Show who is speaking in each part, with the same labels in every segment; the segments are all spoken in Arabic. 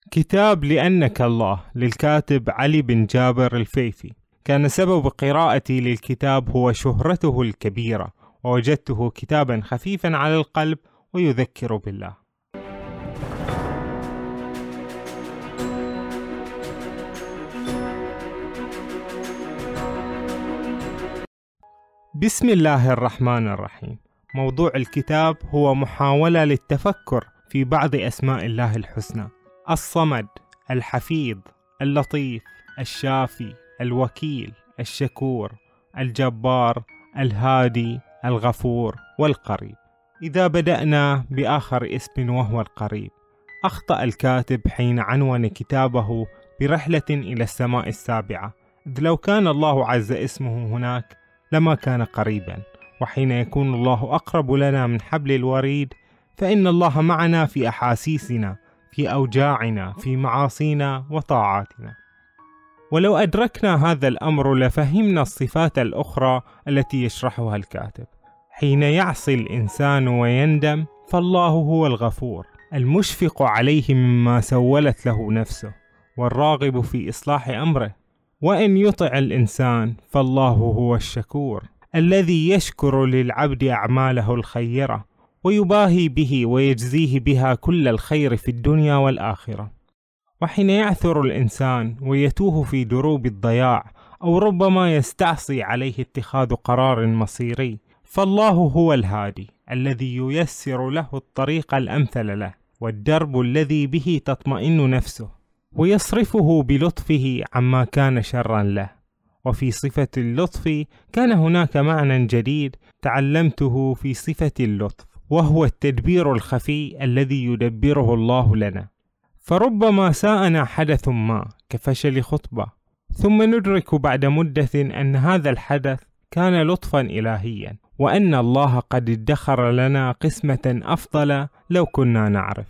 Speaker 1: كتاب لأنك الله للكاتب علي بن جابر الفيفي. كان سبب قراءتي للكتاب هو شهرته الكبيرة، ووجدته كتابا خفيفا على القلب ويذكر بالله. بسم الله الرحمن الرحيم. موضوع الكتاب هو محاولة للتفكر في بعض أسماء الله الحسنى: الصمد، الحفيظ، اللطيف، الشافي، الوكيل، الشكور، الجبار، الهادي، الغفور، والقريب. إذا بدأنا بآخر اسم وهو القريب، أخطأ الكاتب حين عنون كتابه برحلة إلى السماء السابعة، إذ لو كان الله عز اسمه هناك لما كان قريبا، وحين يكون الله أقرب لنا من حبل الوريد فإن الله معنا في أحاسيسنا، في أوجاعنا، في معاصينا وطاعاتنا. ولو أدركنا هذا الأمر لفهمنا الصفات الأخرى التي يشرحها الكاتب. حين يعصي الإنسان ويندم فالله هو الغفور، المشفق عليه مما سولت له نفسه، والراغب في إصلاح أمره. وإن يطع الإنسان فالله هو الشكور، الذي يشكر للعبد أعماله الخيرة ويباهي به ويجزيه بها كل الخير في الدنيا والآخرة. وحين يعثر الإنسان ويتوه في دروب الضياع، أو ربما يستعصي عليه اتخاذ قرار مصيري، فالله هو الهادي، الذي ييسر له الطريق الأمثل له والدرب الذي به تطمئن نفسه، ويصرفه بلطفه عما كان شرا له. وفي صفة اللطف كان هناك معنى جديد تعلمته في صفة اللطف، وهو التدبير الخفي الذي يدبره الله لنا. فربما ساءنا حدث ما كفشل خطبة، ثم ندرك بعد مدة أن هذا الحدث كان لطفا إلهيا، وأن الله قد ادخر لنا قسمة أفضل لو كنا نعرف.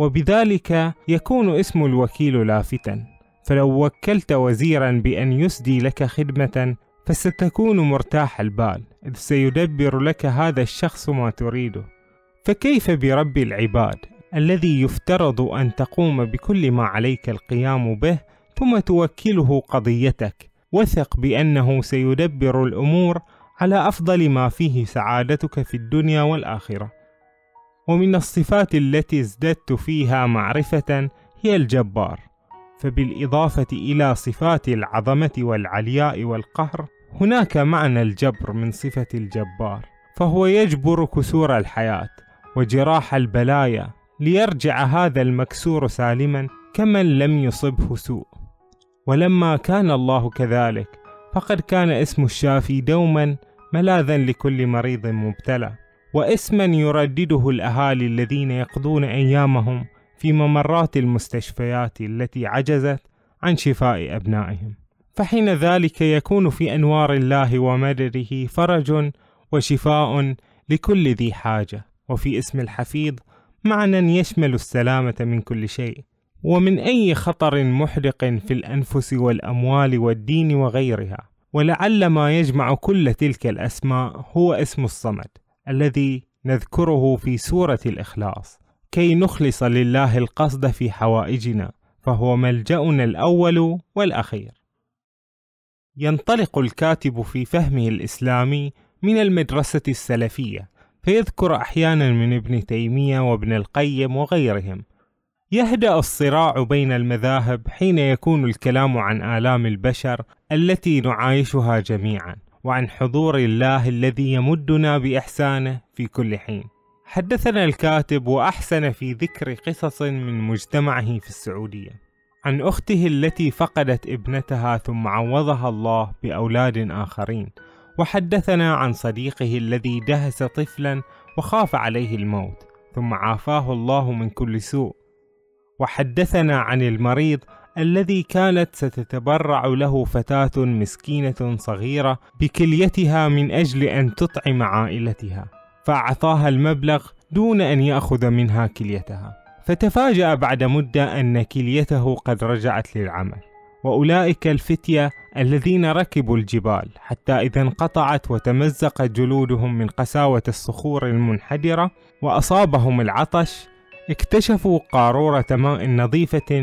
Speaker 1: وبذلك يكون اسم الوكيل لافتا، فلو وكلت وزيرا بأن يسدي لك خدمة فستكون مرتاح البال، إذ سيدبر لك هذا الشخص ما تريده. فكيف برب العباد الذي يفترض أن تقوم بكل ما عليك القيام به ثم توكله قضيتك، وثق بأنه سيدبر الأمور على أفضل ما فيه سعادتك في الدنيا والآخرة. ومن الصفات التي ازددت فيها معرفة هي الجبار، فبالإضافة إلى صفات العظمة والعلياء والقهر هناك معنى الجبر من صفة الجبار، فهو يجبر كسور الحياة وجراح البلايا ليرجع هذا المكسور سالما كمن لم يصبه سوء. ولما كان الله كذلك فقد كان اسم الشافي دوما ملاذا لكل مريض مبتلى، واسما يردده الأهالي الذين يقضون أيامهم في ممرات المستشفيات التي عجزت عن شفاء أبنائهم. فحين ذلك يكون في أنوار الله ومدده فرج وشفاء لكل ذي حاجة. وفي اسم الحفيظ معنى يشمل السلامة من كل شيء ومن أي خطر محدق في الأنفس والأموال والدين وغيرها. ولعل ما يجمع كل تلك الأسماء هو اسم الصمد، الذي نذكره في سورة الإخلاص كي نخلص لله القصد في حوائجنا، فهو ملجأنا الأول والأخير. ينطلق الكاتب في فهمه الإسلامي من المدرسة السلفية، فيذكر أحيانا من ابن تيمية وابن القيم وغيرهم. يهدأ الصراع بين المذاهب حين يكون الكلام عن آلام البشر التي نعايشها جميعا، وعن حضور الله الذي يمدنا بإحسانه في كل حين. حدثنا الكاتب وأحسن في ذكر قصص من مجتمعه في السعودية، عن أخته التي فقدت ابنتها ثم عوضها الله بأولاد آخرين، وحدثنا عن صديقه الذي دهس طفلا وخاف عليه الموت ثم عافاه الله من كل سوء، وحدثنا عن المريض الذي كانت ستتبرع له فتاة مسكينة صغيرة بكليتها من أجل أن تطعم عائلتها، فأعطاها المبلغ دون أن يأخذ منها كليتها، فتفاجأ بعد مدة أن كليته قد رجعت للعمل. وأولئك الفتية الذين ركبوا الجبال حتى إذا انقطعت وتمزقت جلودهم من قساوة الصخور المنحدرة وأصابهم العطش، اكتشفوا قارورة ماء نظيفة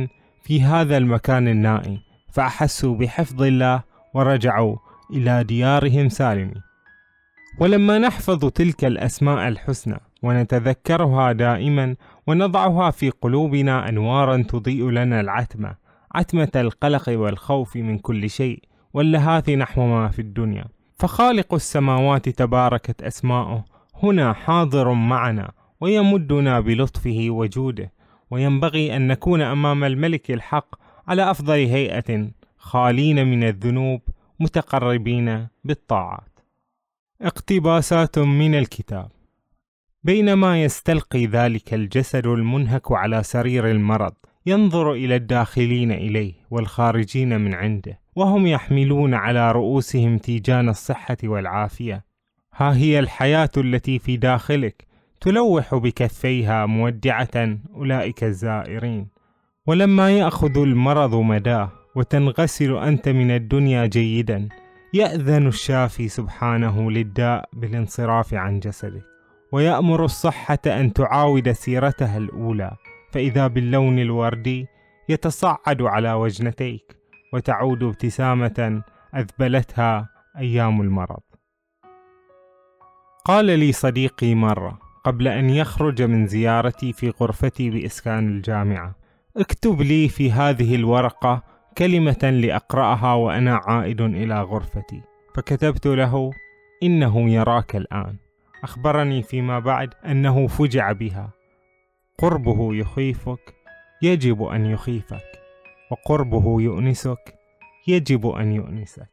Speaker 1: في هذا المكان النائي، فأحسوا بحفظ الله ورجعوا إلى ديارهم سالمين. ولما نحفظ تلك الأسماء الحسنى ونتذكرها دائما ونضعها في قلوبنا أنوارا تضيء لنا العتمة، عتمة القلق والخوف من كل شيء واللهاث نحو ما في الدنيا، فخالق السماوات تباركت أسماؤه هنا حاضر معنا ويمدنا بلطفه وجوده، وينبغي أن نكون أمام الملك الحق على أفضل هيئة، خالين من الذنوب متقربين بالطاعات. اقتباسات من الكتاب. بينما يستلقي ذلك الجسد المنهك على سرير المرض ينظر إلى الداخلين إليه والخارجين من عنده، وهم يحملون على رؤوسهم تيجان الصحة والعافية. ها هي الحياة التي في داخلك تلوح بكفيها مودعة أولئك الزائرين. ولما يأخذ المرض مداه وتنغسل أنت من الدنيا جيدا، يأذن الشافي سبحانه للداء بالانصراف عن جسدك، ويأمر الصحة أن تعاود سيرتها الأولى، فإذا باللون الوردي يتصعد على وجنتيك، وتعود ابتسامة أذبلتها أيام المرض. قال لي صديقي مرة قبل أن يخرج من زيارتي في غرفتي بإسكان الجامعة: اكتب لي في هذه الورقة كلمة لأقرأها وأنا عائد إلى غرفتي. فكتبت له: إنه يراك الآن. أخبرني فيما بعد أنه فجع بها. قربه يخيفك يجب أن يخيفك، وقربه يؤنسك يجب أن يؤنسك.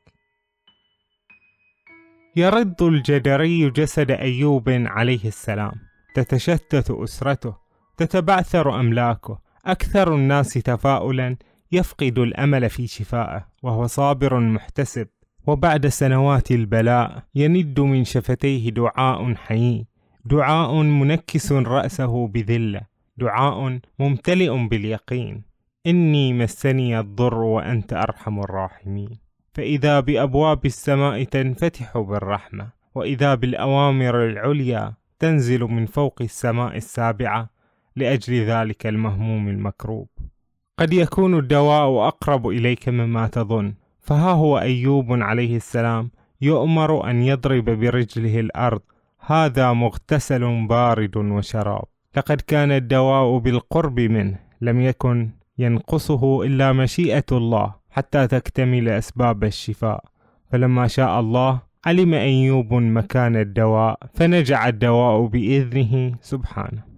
Speaker 1: يرد الجدري جسد أيوب عليه السلام، تتشتت أسرته، تتبعثر أملاكه، أكثر الناس تفاؤلا يفقد الأمل في شفائه وهو صابر محتسب، وبعد سنوات البلاء يند من شفتيه دعاء حيي، دعاء منكس رأسه بذلة، دعاء ممتلئ باليقين: إني مسني الضر وأنت أرحم الراحمين. فإذا بأبواب السماء تنفتح بالرحمة، وإذا بالأوامر العليا تنزل من فوق السماء السابعة لأجل ذلك المهموم المكروب. قد يكون الدواء أقرب إليك مما تظن، فها هو أيوب عليه السلام يؤمر أن يضرب برجله الأرض: هذا مغتسل بارد وشراب. لقد كان الدواء بالقرب منه، لم يكن ينقصه إلا مشيئة الله حتى تكتمل أسباب الشفاء. فلما شاء الله علم أيوب مكان الدواء، فنجع الدواء بإذنه سبحانه.